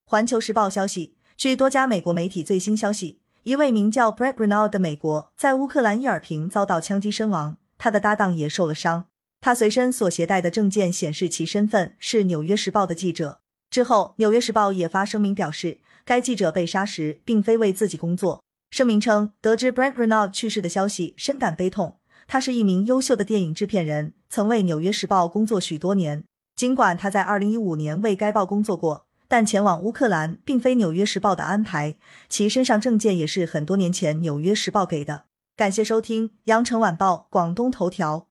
环球时报消息，据多家美国媒体最新消息，一位名叫 Brett Renaud 的美国在乌克兰伊尔平遭到枪击身亡，他的搭档也受了伤。他随身所携带的证件显示其身份是《纽约时报》的记者。之后，《纽约时报》也发声明表示，该记者被杀时并非为自己工作。声明称，得知 Brett Renaud 去世的消息深感悲痛。他是一名优秀的电影制片人，曾为《纽约时报》工作许多年。尽管他在2015年为该报工作过，但前往乌克兰并非《纽约时报》的安排，其身上证件也是很多年前《纽约时报》给的。感谢收听羊城晚报广东头条。